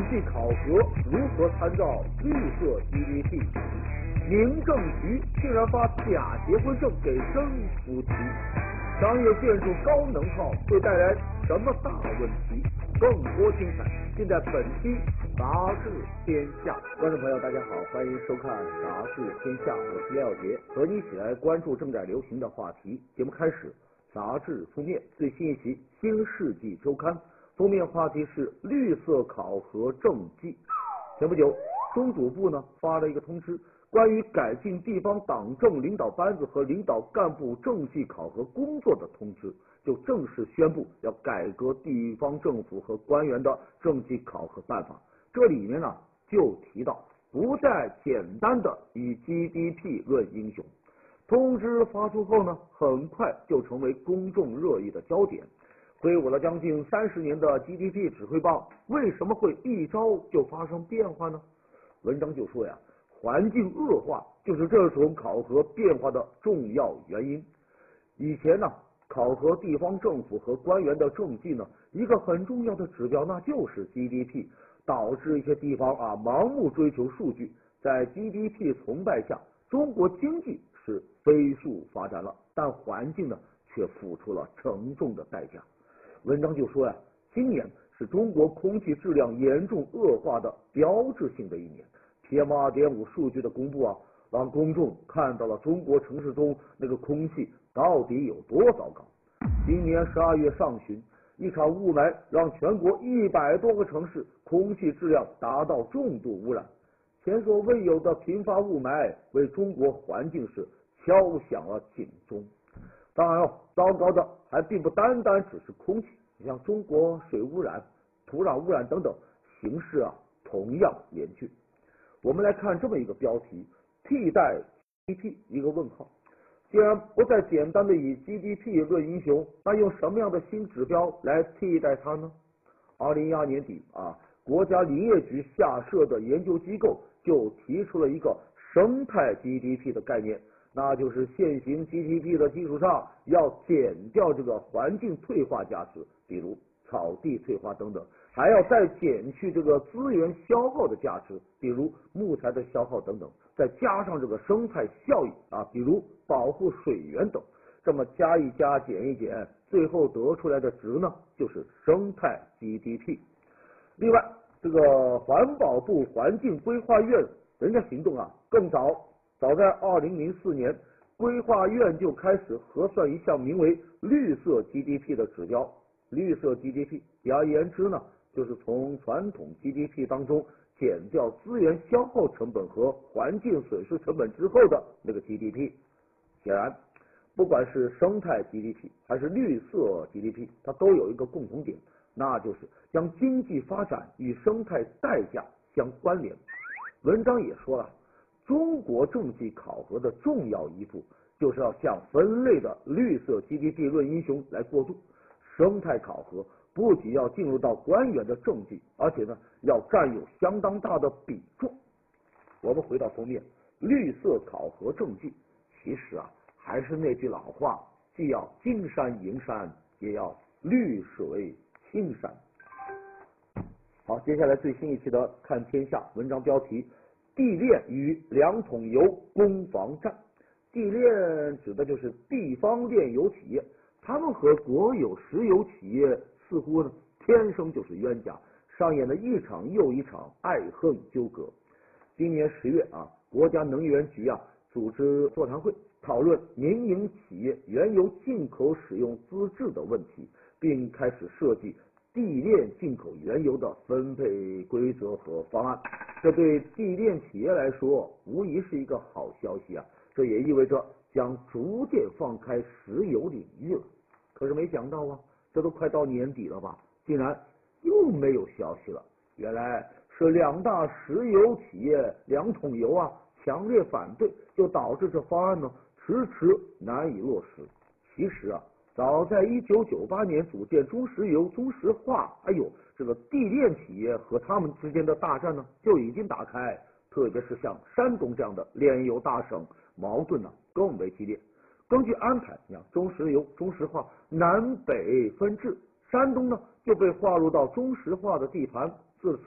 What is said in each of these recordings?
计考核如何参照绿色 GDP？ 民政局竟然发假结婚证给真夫妻，商业建筑高能耗会带来什么大问题？更多精彩尽在本期《杂志天下》。观众朋友，大家好，欢迎收看《杂志天下》，我是廖杰，和你一起来关注正在流行的话题。节目开始，杂志封面最新一期《新世纪周刊》。封面话题是绿色考核政绩。前不久，中组部呢发了一个通知，关于改进地方党政领导班子和领导干部政绩考核工作的通知，就正式宣布要改革地方政府和官员的政绩考核办法。这里面呢就提到，不再简单的以 GDP 论英雄。通知发出后呢，很快就成为公众热议的焦点。挥舞了将近30年的 GDP 指挥棒，为什么会一朝就发生变化呢？文章就说呀，环境恶化就是这种考核变化的重要原因。以前呢，考核地方政府和官员的政绩呢，一个很重要的指标那就是 GDP， 导致一些地方盲目追求数据，在 GDP 崇拜下，中国经济是飞速发展了，但环境呢却付出了沉重的代价。文章就说呀，今年是中国空气质量严重恶化的标志性的一年。PM2.5 数据的公布让公众看到了中国城市中那个空气到底有多糟糕。今年12月上旬，一场雾霾让全国100多个城市空气质量达到重度污染。前所未有的频发雾霾为中国环境是敲响了警钟。当然糟糕的还并不单单只是空气，像中国水污染、土壤污染等等，形势同样严峻。我们来看这么一个标题：替代 GDP 一个问号。既然不再简单的以 GDP 论英雄，那用什么样的新指标来替代它呢？2012年底国家林业局下设的研究机构就提出了一个生态 GDP 的概念。那就是现行 GDP 的基础上要减掉这个环境退化价值，比如草地退化等等，还要再减去这个资源消耗的价值，比如木材的消耗等等，再加上这个生态效益比如保护水源等，这么加一加减一减，最后得出来的值呢就是生态 GDP。 另外，这个环保部环境规划院人家行动更早在2004年，规划院就开始核算一项名为绿色 GDP 的指标。绿色 GDP 简而言之呢，就是从传统 GDP 当中减掉资源消耗成本和环境损失成本之后的那个 GDP。 显然，不管是生态 GDP 还是绿色 GDP， 它都有一个共同点，那就是将经济发展与生态代价相关联。文章也说了，中国政绩考核的重要一步，就是要向分类的绿色 GDP 论英雄来过渡。生态考核不仅要进入到官员的政绩，而且呢要占有相当大的比重。我们回到封面，绿色考核政绩，其实还是那句老话，既要金山银山，也要绿水青山。好，接下来最新一期的看天下，文章标题：地炼与2桶油攻防战。地炼指的就是地方炼油企业，他们和国有石油企业似乎呢天生就是冤家，上演了一场又一场爱恨纠葛。今年10月国家能源局组织座谈会，讨论民营企业原油进口使用资质的问题，并开始设计地炼进口原油的分配规则和方案。这对地炼企业来说无疑是一个好消息这也意味着将逐渐放开石油领域了。可是没想到这都快到年底了吧，竟然又没有消息了。原来是2大石油企业2桶油强烈反对，就导致这方案呢迟迟难以落实。其实早在1998年组建中石油、中石化，这个地炼企业和他们之间的大战呢就已经打开，特别是像山东这样的炼油大省，矛盾更为激烈。根据安排，中石油、中石化南北分治，山东呢就被划入到中石化的地盘，自此呢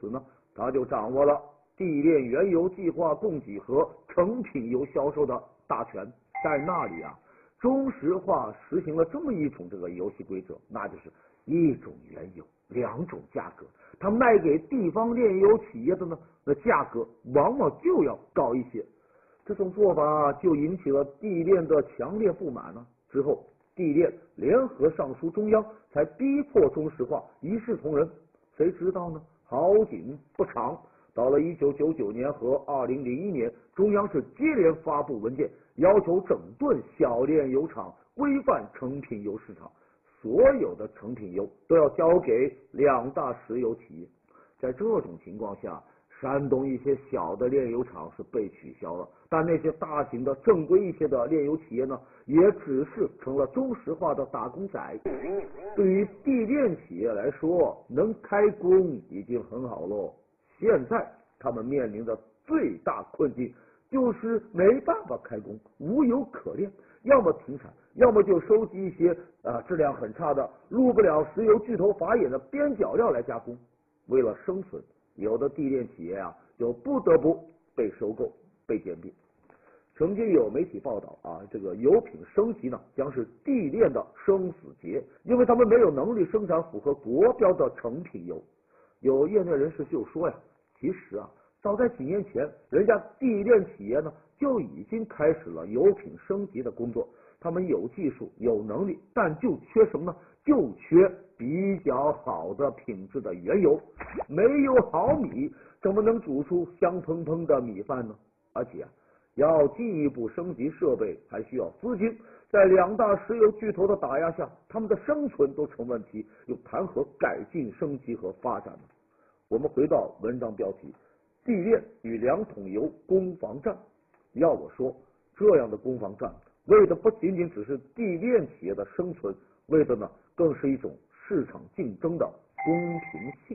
他就掌握了地炼原油计划供给和成品油销售的大权。在那里啊，中石化实行了这么一种这个游戏规则，那就是一种原油两种价格，他卖给地方炼油企业的呢，那价格往往就要高一些。这种做法就引起了地炼的强烈不满呢。之后，地炼联合上书中央，才逼迫中石化一视同仁。谁知道呢？好景不长，到了1999年和2001年，中央是接连发布文件，要求整顿小炼油厂，规范成品油市场，所有的成品油都要交给两大石油企业。在这种情况下，山东一些小的炼油厂是被取消了，但那些大型的正规一些的炼油企业呢，也只是成了中石化的打工仔。对于地炼企业来说，能开工已经很好喽。现在他们面临的最大困境就是没办法开工，无油可炼，要么停产，要么就收集一些质量很差的、入不了石油巨头法眼的边角料来加工。为了生存，有的地炼企业啊，就不得不被收购、被兼并。曾经有媒体报道啊，这个油品升级呢，将是地炼的生死劫，因为他们没有能力生产符合国标的成品油。有业内人士就说呀，其实啊，早在几年前，人家地炼企业呢就已经开始了油品升级的工作，他们有技术、有能力，但就缺什么呢？就缺比较好的品质的原油。没有好米，怎么能煮出香喷喷的米饭呢？而且要进一步升级设备，还需要资金。在两大石油巨头的打压下，他们的生存都成问题，又谈何改进、升级和发展呢？我们回到文章标题：地炼与两桶油攻防战。要我说，这样的攻防战，为的不仅仅只是地炼企业的生存，为的呢，更是一种市场竞争的公平性。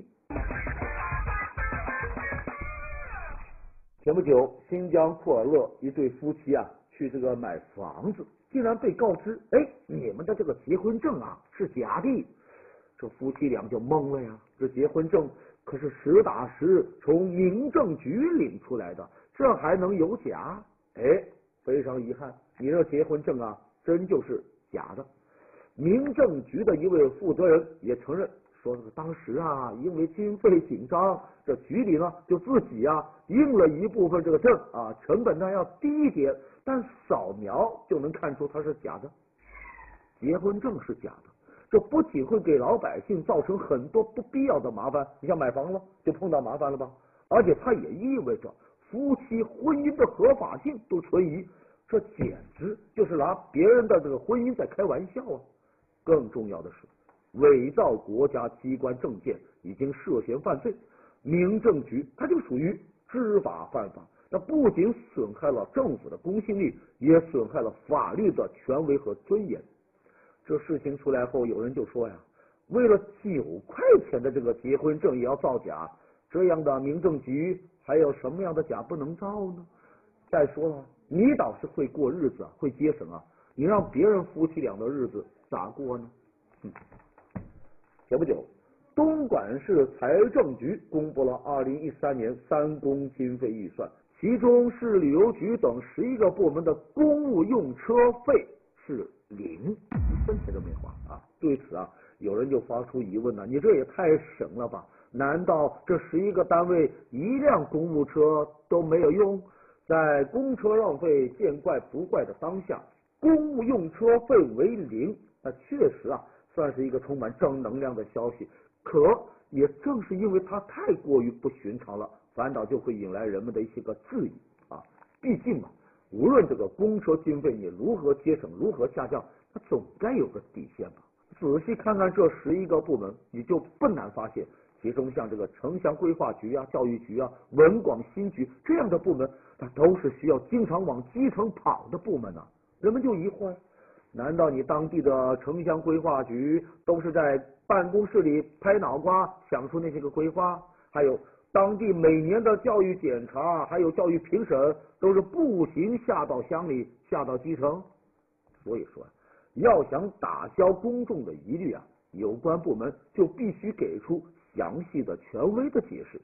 前不久，新疆库尔勒一对夫妻啊，去这个买房子，竟然被告知，你们的这个结婚证啊是假的。这夫妻俩就懵了呀，这结婚证可是实打实从民政局领出来的，这还能有假？非常遗憾，你这结婚证啊，真就是假的。民政局的一位负责人也承认，说当时啊，因为经费紧张，这局里呢就自己啊印了一部分这个证啊，成本呢要低一点，但扫描就能看出它是假的。结婚证是假的，这不仅会给老百姓造成很多不必要的麻烦，你像买房了就碰到麻烦了吧，而且它也意味着夫妻婚姻的合法性都存疑，这简直就是拿别人的这个婚姻在开玩笑啊！更重要的是，伪造国家机关证件已经涉嫌犯罪，民政局它就属于知法犯法，那不仅损害了政府的公信力，也损害了法律的权威和尊严。这事情出来后，有人就说呀，为了9块钱的这个结婚证也要造假，这样的民政局还有什么样的假不能造呢？再说了，你倒是会过日子啊，会节省啊，你让别人夫妻俩的日子咋过呢？前不久，东莞市财政局公布了2013年3公经费预算，其中市旅游局等11个部门的公务用车费是0，1分钱都没花啊！对此啊，有人就发出疑问了，你这也太省了吧？难道这11个单位一辆公务车都没有用？在公车浪费见怪不怪的当下，公务用车费为0，那确实啊，算是一个充满正能量的消息。可也正是因为它太过于不寻常了，反倒就会引来人们的一些个质疑啊。毕竟嘛，无论这个公车经费你如何节省，如何下降，它总该有个底线吧。仔细看看这11个部门，你就不难发现，其中像这个城乡规划局啊、教育局啊、文广新局这样的部门，那都是需要经常往基层跑的部门啊。人们就疑惑呀，难道你当地的城乡规划局都是在办公室里拍脑瓜想出那些个规划？还有当地每年的教育检查还有教育评审都是步行下到乡里下到基层？所以说要想打消公众的疑虑啊，有关部门就必须给出详细的权威的解释。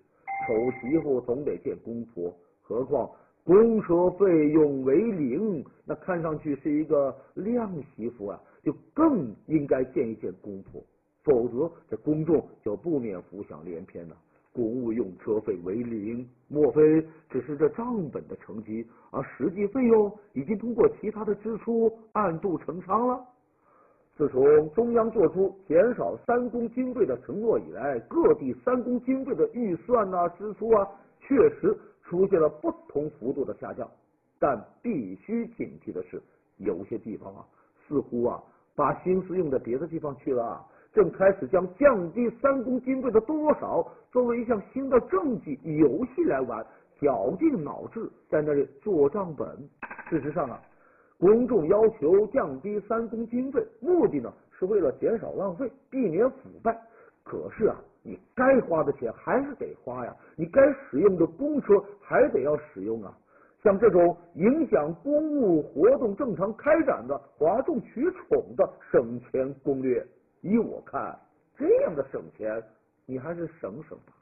丑媳妇总得见公婆，何况公车费用为零，那看上去是一个靓媳妇啊，就更应该见一见公婆，否则这公众就不免浮想联翩了。公务用车费为零，莫非只是这账本的成绩，而实际费用已经通过其他的支出暗度陈仓了？自从中央做出减少3公经费的承诺以来，各地3公经费的预算支出确实出现了不同幅度的下降。但必须警惕的是，有些地方似乎把心思用在别的地方去了，正开始将降低3公经费的多少作为一项新的政绩游戏来玩，绞尽脑汁在那里做账本。事实上公众要求降低3公经费，目的呢是为了减少浪费，避免腐败。可是你该花的钱还是得花呀，你该使用的公车还得要使用啊。像这种影响公务活动正常开展的哗众取宠的省钱攻略，依我看，这样的省钱你还是省省吧。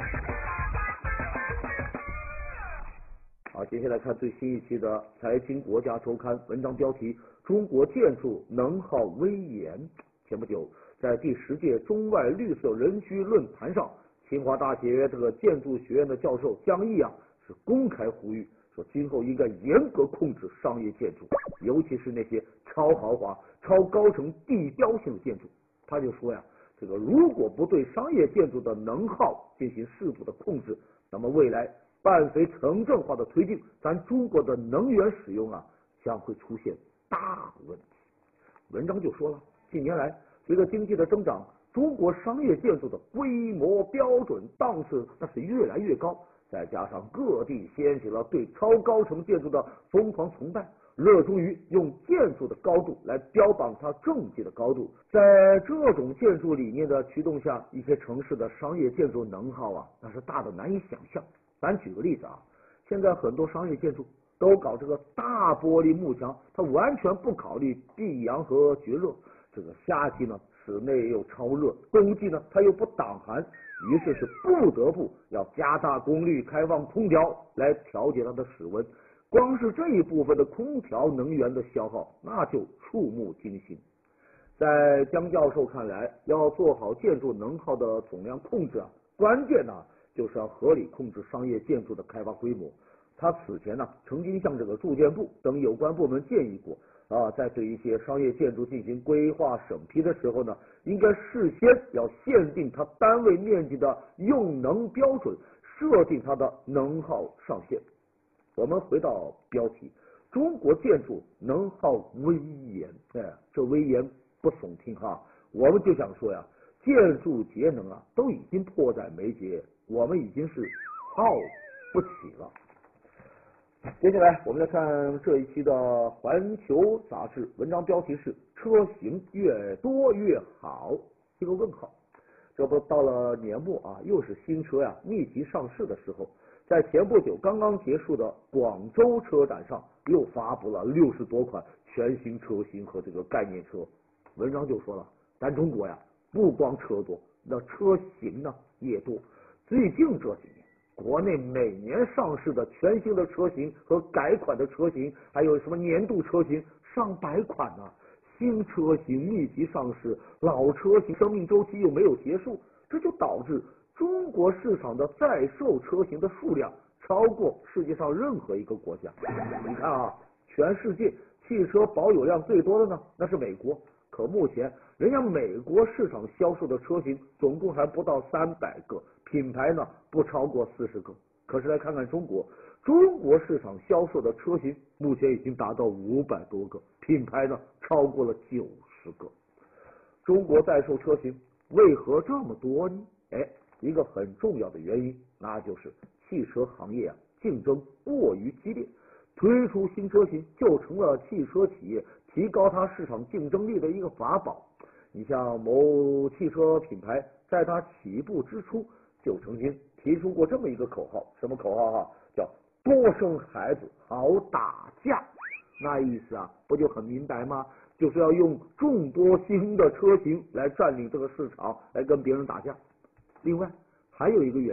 好，接下来看最新一期的《财经国家周刊》，文章标题：中国建筑能耗威严。前不久，在第10届中外绿色人居论坛上，清华大学这个建筑学院的教授江毅是公开呼吁说，今后应该严格控制商业建筑，尤其是那些超豪华、超高层地标性的建筑。他就说这个如果不对商业建筑的能耗进行适度的控制，那么未来伴随城镇化的推进，咱中国的能源使用将会出现大问题。文章就说了，近年来随着经济的增长，中国商业建筑的规模标准档次那是越来越高，再加上各地掀起了对超高层建筑的疯狂崇拜，热衷于用建筑的高度来标榜它政绩的高度。在这种建筑理念的驱动下，一些城市的商业建筑能耗那是大的难以想象。咱举个例子现在很多商业建筑都搞这个大玻璃幕墙，它完全不考虑避阳和绝热。这个夏季呢，室内又超热，冬季呢它又不挡寒，于是不得不要加大功率开放空调来调节它的室温。光是这一部分的空调能源的消耗，那就触目惊心。在江教授看来，要做好建筑能耗的总量控制关键就是要合理控制商业建筑的开发规模。他此前曾经向这个住建部等有关部门建议过在对一些商业建筑进行规划审批的时候呢，应该事先要限定它单位面积的用能标准，设定它的能耗上限。我们回到标题，中国建筑能耗威严。这威严不耸听我们就想说建筑节能都已经迫在眉睫，我们已经是耗不起了。接下来我们来看这一期的《环球》杂志，文章标题是车型越多越好，一个问号。这不到了年末又是新车密集上市的时候，在前不久刚刚结束的广州车展上，又发布了60多款全新车型和这个概念车。文章就说了，咱中国不光车多，那车型也多。最近这几年，国内每年上市的全新的车型和改款的车型，还有什么年度车型上百款新车型密集上市，老车型生命周期又没有结束，这就导致中国市场的在售车型的数量超过世界上任何一个国家。你看全世界汽车保有量最多的呢，那是美国，可目前人家美国市场销售的车型总共还不到300个，品牌呢不超过40个。可是来看看中国，中国市场销售的车型目前已经达到500多个，品牌呢超过了90个。中国在售车型为何这么多呢？一个很重要的原因，那就是汽车行业竞争过于激烈，推出新车型就成了汽车企业提高它市场竞争力的一个法宝。你像某汽车品牌在它起步之初就曾经提出过这么一个口号，什么口号叫多生孩子好打架。那意思不就很明白吗？就是要用众多新的车型来占领这个市场，来跟别人打架。另外还有一个原因，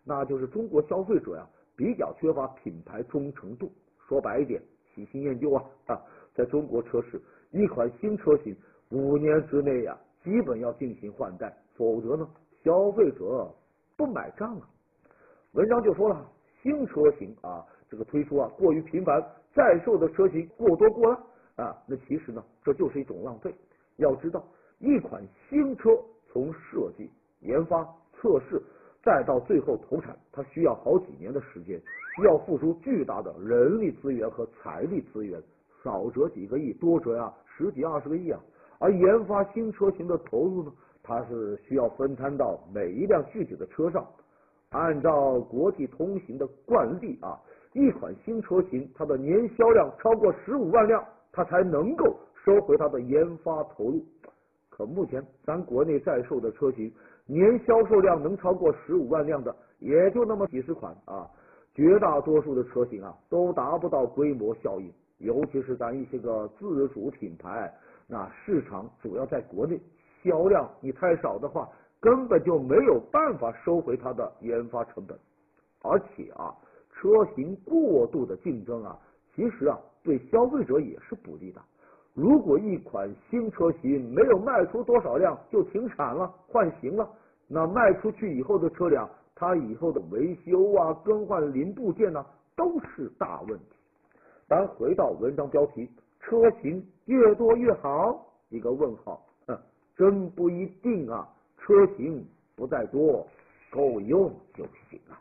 那就是中国消费者呀比较缺乏品牌忠诚度。说白一点，喜新厌旧啊，在中国车市，一款新车型5年之内呀，基本要进行换代，否则呢，消费者不买账啊。文章就说了，新车型这个推出过于频繁，在售的车型过多过烂那其实呢，这就是一种浪费。要知道，一款新车从设计、研发、测试，再到最后投产，它需要好几年的时间，需要付出巨大的人力资源和财力资源，少则几个亿，多则10几20个亿啊。而研发新车型的投入呢，它是需要分摊到每一辆具体的车上。按照国际通行的惯例一款新车型它的年销量超过15万辆，它才能够收回它的研发投入。可目前咱国内在售的车型年销售量能超过15万辆的也就那么几十款绝大多数的车型都达不到规模效应，尤其是咱一些个自主品牌，那市场主要在国内，销量你太少的话，根本就没有办法收回它的研发成本。而且车型过度的竞争其实对消费者也是不利的。如果一款新车型没有卖出多少辆就停产了、换型了，那卖出去以后的车辆，它以后的维修更换零部件都是大问题。咱回到文章标题，车型越多越好？一个问号，真不一定车型不在多，够用就行了。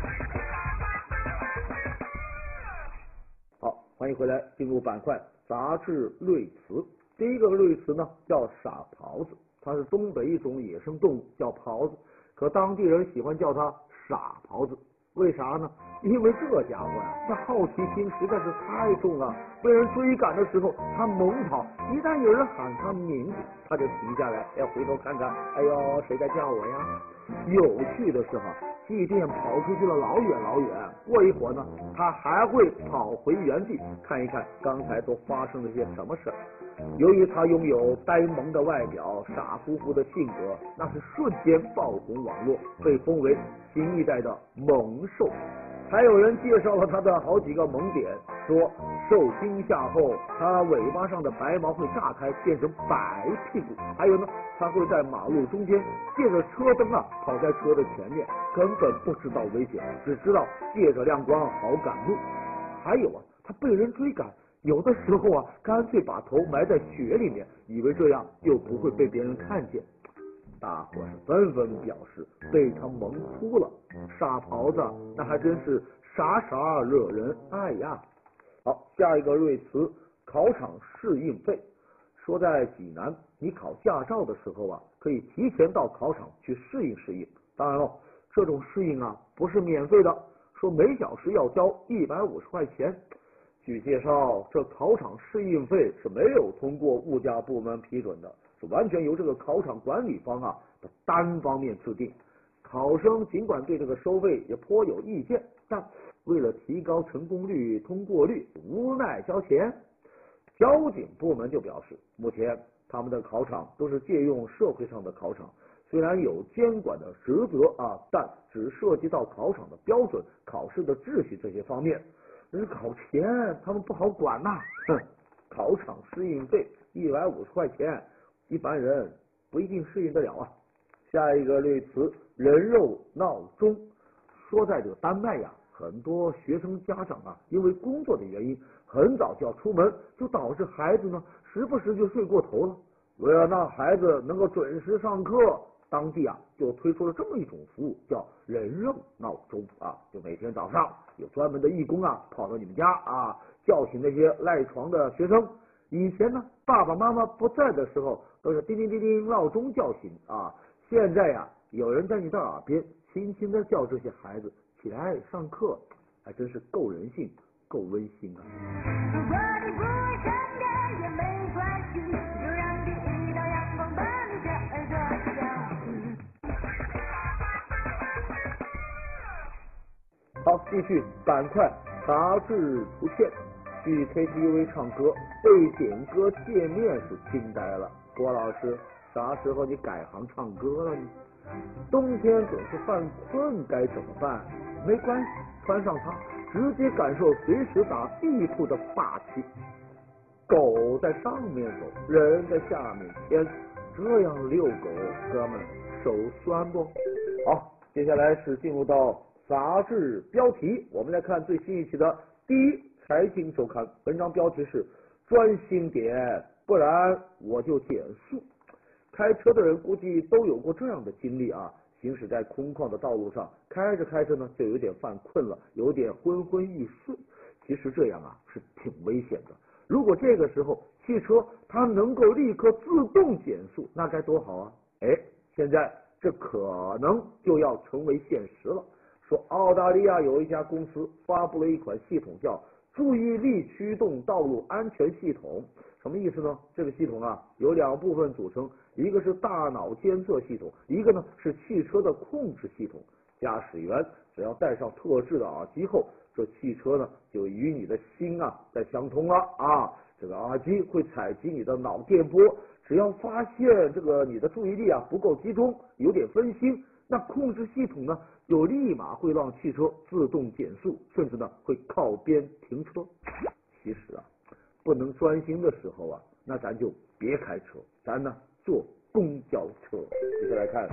好，欢迎回来，进入板块杂志类词。第一个类词呢叫傻狍子，它是东北一种野生动物，叫狍子，可当地人喜欢叫它傻狍子。为啥呢？因为这家伙这好奇心实在是太重了，被人追赶的时候他猛跑，一旦有人喊他名字，他就停下来要回头看看，哎呦谁在叫我呀。有趣的是即便跑出去了老远老远，过一会儿呢他还会跑回原地看一看刚才都发生了些什么事。由于他拥有呆萌的外表、傻乎乎的性格，那是瞬间爆红网络，被封为新一代的萌兽。还有人介绍了他的好几个萌点，说受惊吓后他尾巴上的白毛会炸开变成白屁股，还有呢他会在马路中间借着车灯跑在车的前面，根本不知道危险，只知道借着亮光好赶路。还有他被人追赶，有的时候干脆把头埋在雪里面，以为这样又不会被别人看见。大伙是纷纷表示被他萌哭了，傻狍子那还真是傻傻惹人爱呀。好，下一个瑞词，考场适应费。说在济南，你考驾照的时候可以提前到考场去适应适应。当然了，这种适应不是免费的，说每小时要交150块钱。据介绍，这考场适应费是没有通过物价部门批准的，是完全由这个考场管理方的单方面制定。考生尽管对这个收费也颇有意见，但为了提高成功率、通过率，无奈交钱。交警部门就表示，目前他们的考场都是借用社会上的考场，虽然有监管的职责但只涉及到考场的标准、考试的秩序这些方面。考前他们不好管考场适应费150块钱，一般人不一定适应得了下一个类词，人肉闹钟。说在这个丹麦很多学生家长因为工作的原因很早就要出门，就导致孩子呢时不时就睡过头了。为了让孩子能够准时上课，当地就推出了这么一种服务，叫人肉闹钟就每天早上有专门的义工跑到你们家叫醒那些赖床的学生。以前呢爸爸妈妈不在的时候都是叮叮叮叮闹钟叫醒现在有人在你的耳边轻轻的叫这些孩子起来上课，还真是够人性够温馨好，继续板块杂志图片。去 KTV 唱歌被点歌界面是惊呆了，郭老师啥时候你改行唱歌了呢？ 冬天总是犯困，该怎么办？没关系，穿上它，直接感受随时打地铺的霸气。狗在上面走，人在下面牵，这样遛狗，哥们手酸不？好，接下来是进入到杂志标题，我们来看最新一期的第一财经周刊，文章标题是专心点，不然我就减速。开车的人估计都有过这样的经历啊，行驶在空旷的道路上，开着开着呢就有点犯困了，有点昏昏欲睡。其实这样啊是挺危险的。如果这个时候汽车它能够立刻自动减速，那该多好啊！哎，现在这可能就要成为现实了。说澳大利亚有一家公司发布了一款系统叫注意力驱动道路安全系统。什么意思呢？这个系统啊有两部分组成，一个是大脑监测系统，一个呢是汽车的控制系统。驾驶员只要戴上特制的耳机后，这汽车呢就与你的心啊在相通了啊。这个耳机会采集你的脑电波，只要发现这个你的注意力啊不够集中，有点分心，那控制系统呢就立马会让汽车自动减速，甚至呢会靠边停车。其实啊不能专心的时候啊，那咱就别开车，咱呢坐公交车。接下来看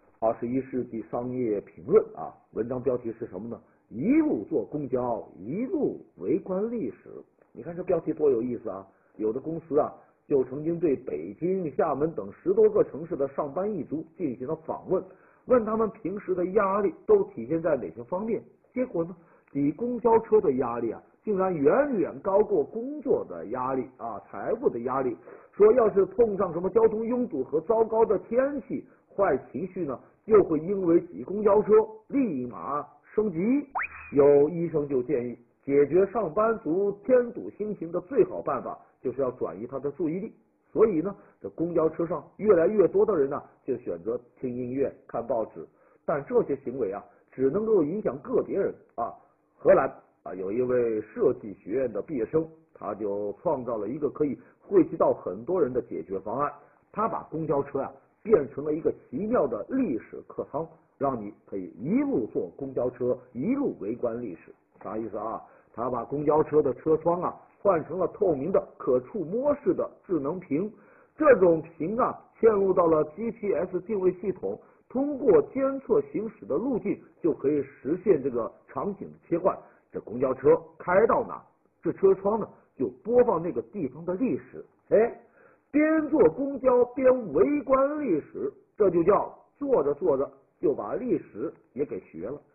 21世纪商业评论啊，文章标题是什么呢？一路坐公交，一路围观历史。你看这标题多有意思啊！有的公司啊就曾经对北京、厦门等10多个城市的上班一族进行了访问，问他们平时的压力都体现在哪些方面。结果呢，挤公交车的压力啊竟然远远高过工作的压力啊，财务的压力。说要是碰上什么交通拥堵和糟糕的天气，坏情绪呢就会因为挤公交车立马升级。有医生就建议，解决上班族添堵心情的最好办法就是要转移他的注意力。所以呢，这公交车上越来越多的人呢就选择听音乐、看报纸，但这些行为啊只能够影响个别人啊。荷兰有一位设计学院的毕业生，他就创造了一个可以汇集到很多人的解决方案。他把公交车变成了一个奇妙的历史课堂，让你可以一路坐公交车，一路围观历史。啥意思啊？他把公交车的车窗换成了透明的可触摸式的智能屏，这种屏嵌入到了 GPS 定位系统，通过监测行驶的路径就可以实现这个场景的切换。这公交车开到哪，这车窗呢就播放那个地方的历史。哎，边坐公交边围观历史，这就叫坐着坐着就把历史也给学了。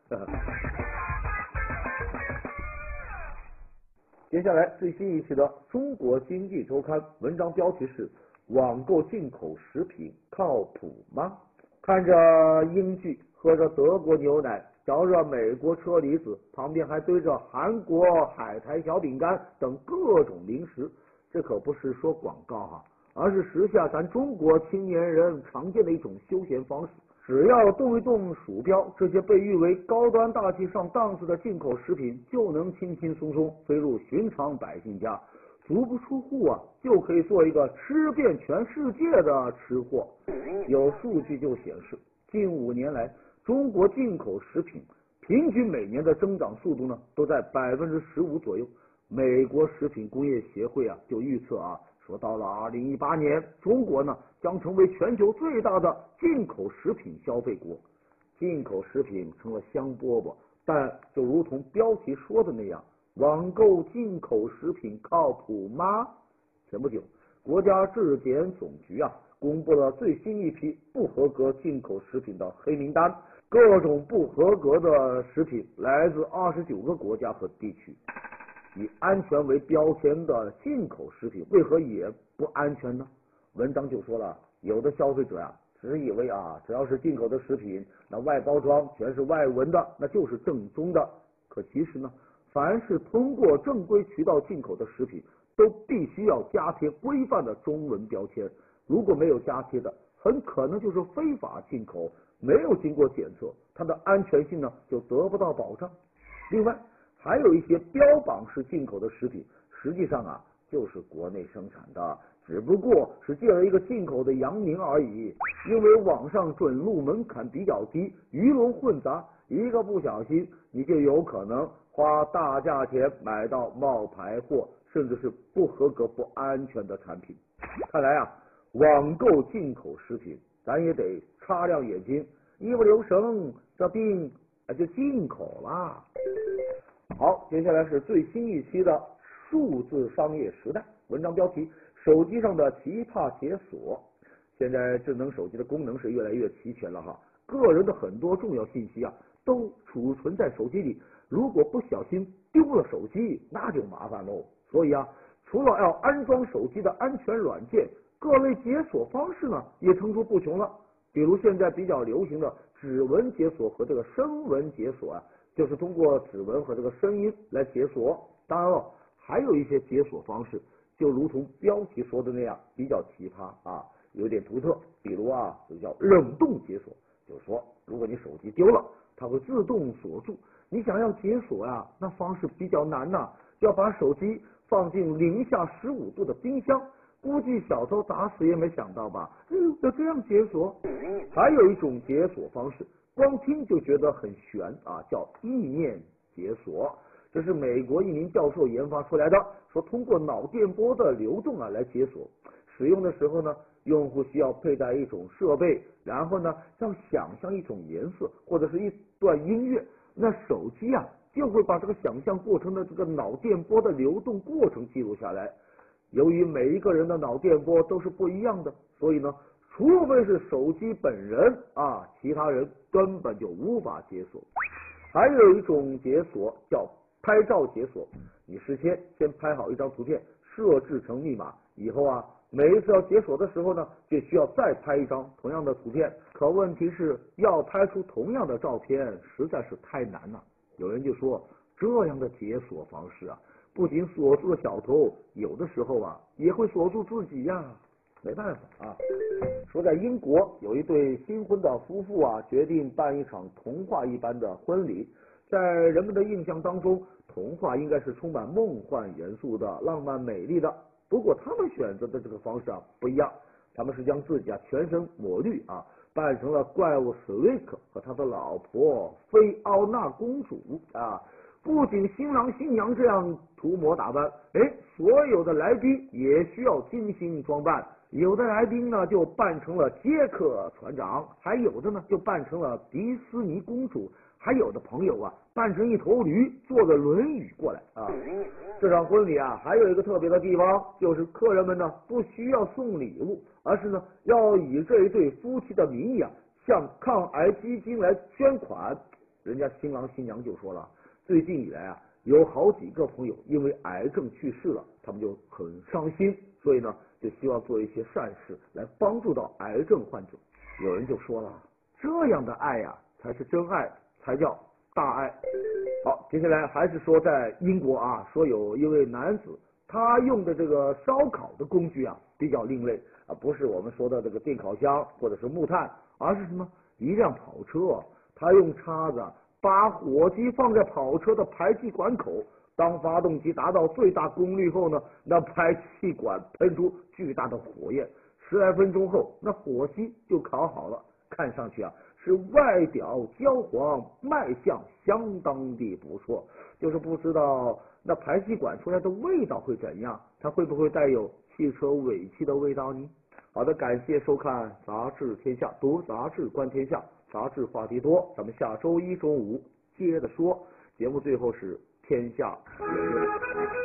接下来最新一期的中国经济周刊，文章标题是网购进口食品靠谱吗？看着英剧，喝着德国牛奶，嚼着美国车厘子，旁边还堆着韩国海苔小饼干等各种零食，这可不是说广告而是时下咱中国青年人常见的一种休闲方式。只要动一动鼠标，这些被誉为高端大气上档次的进口食品就能轻轻松松飞入寻常百姓家，足不出户就可以做一个吃遍全世界的吃货。有数据就显示，近5年来，中国进口食品平均每年的增长速度呢都在15%左右。美国食品工业协会就预测说到了2018年，中国呢将成为全球最大的进口食品消费国。进口食品成了香饽饽，但就如同标题说的那样，网购进口食品靠谱吗？前不久，国家质检总局公布了最新一批不合格进口食品的黑名单，各种不合格的食品来自29个国家和地区。以安全为标签的进口食品为何也不安全呢？文章就说了，有的消费者只以为只要是进口的食品，那外包装全是外文的，那就是正宗的。可其实呢，凡是通过正规渠道进口的食品，都必须要加贴规范的中文标签，如果没有加贴的，很可能就是非法进口，没有经过检测，它的安全性呢就得不到保障。另外还有一些标榜是进口的食品，实际上就是国内生产的，只不过是借了一个进口的洋名而已。因为网上准入门槛比较低，鱼龙混杂，一个不小心你就有可能花大价钱买到冒牌货，甚至是不合格不安全的产品。看来啊，网购进口食品咱也得擦亮眼睛，一不留神这病就进口了。好，接下来是最新一期的数字商业时代，文章标题：手机上的奇葩解锁。现在智能手机的功能是越来越齐全了哈，个人的很多重要信息啊都储存在手机里，如果不小心丢了手机，那就麻烦喽。所以啊，除了要安装手机的安全软件，各类解锁方式呢也层出不穷了。比如现在比较流行的指纹解锁和这个声纹解锁啊，就是通过指纹和这个声音来解锁。当然了，还有一些解锁方式就如同标题说的那样比较奇葩啊，有点独特。比如啊，这叫冷冻解锁，就是说如果你手机丢了，它会自动锁住，你想要解锁啊，那方式比较难呐，要把手机放进零下15度的冰箱，估计小偷打死也没想到吧，要这样解锁。还有一种解锁方式，光听就觉得很悬啊，叫意念解锁。这是美国一名教授研发出来的，说通过脑电波的流动啊来解锁。使用的时候呢，用户需要佩戴一种设备，然后呢要想象一种颜色或者是一段音乐，那手机啊就会把这个想象过程的这个脑电波的流动过程记录下来。由于每一个人的脑电波都是不一样的，所以呢，除非是手机本人啊，其他人根本就无法解锁。还有一种解锁叫拍照解锁，你事先先拍好一张图片，设置成密码，以后啊，每一次要解锁的时候呢，就需要再拍一张同样的图片。可问题是，要拍出同样的照片实在是太难了。有人就说，这样的解锁方式啊，不仅锁住了小偷，有的时候啊也会锁住自己呀。没办法啊。说在英国有一对新婚的夫妇啊，决定办一场童话一般的婚礼。在人们的印象当中，童话应该是充满梦幻元素的、浪漫美丽的。不过他们选择的这个方式啊不一样，他们是将自己啊全身抹绿啊，扮成了怪物史瑞克和他的老婆菲奥娜公主啊。不仅新郎新娘这样涂抹打扮，所有的来宾也需要精心装扮。有的来宾呢就扮成了杰克船长，还有的呢就扮成了迪斯尼公主，还有的朋友啊扮成一头驴，坐着轮椅过来啊。这场婚礼啊还有一个特别的地方，就是客人们呢不需要送礼物，而是呢要以这一对夫妻的名义啊向抗癌基金来捐款。人家新郎新娘就说了，最近以来啊有好几个朋友因为癌症去世了，他们就很伤心，所以呢就希望做一些善事来帮助到癌症患者。有人就说了，这样的爱呀才是真爱，才叫大爱。好，接下来还是说在英国啊，说有一位男子，他用的这个烧烤的工具啊比较另类啊，不是我们说的这个电烤箱或者是木炭，而是什么一辆跑车，他用叉子把火机放在跑车的排气管口，当发动机达到最大功率后呢，那排气管喷出巨大的火焰，10来分钟后，那火鸡就烤好了，看上去啊是外表焦黄，卖相相当的不错，就是不知道那排气管出来的味道会怎样，它会不会带有汽车尾气的味道呢？好的，感谢收看杂志天下，读杂志观天下，杂志话题多，咱们下周一中午接着说。节目最后是天下言论。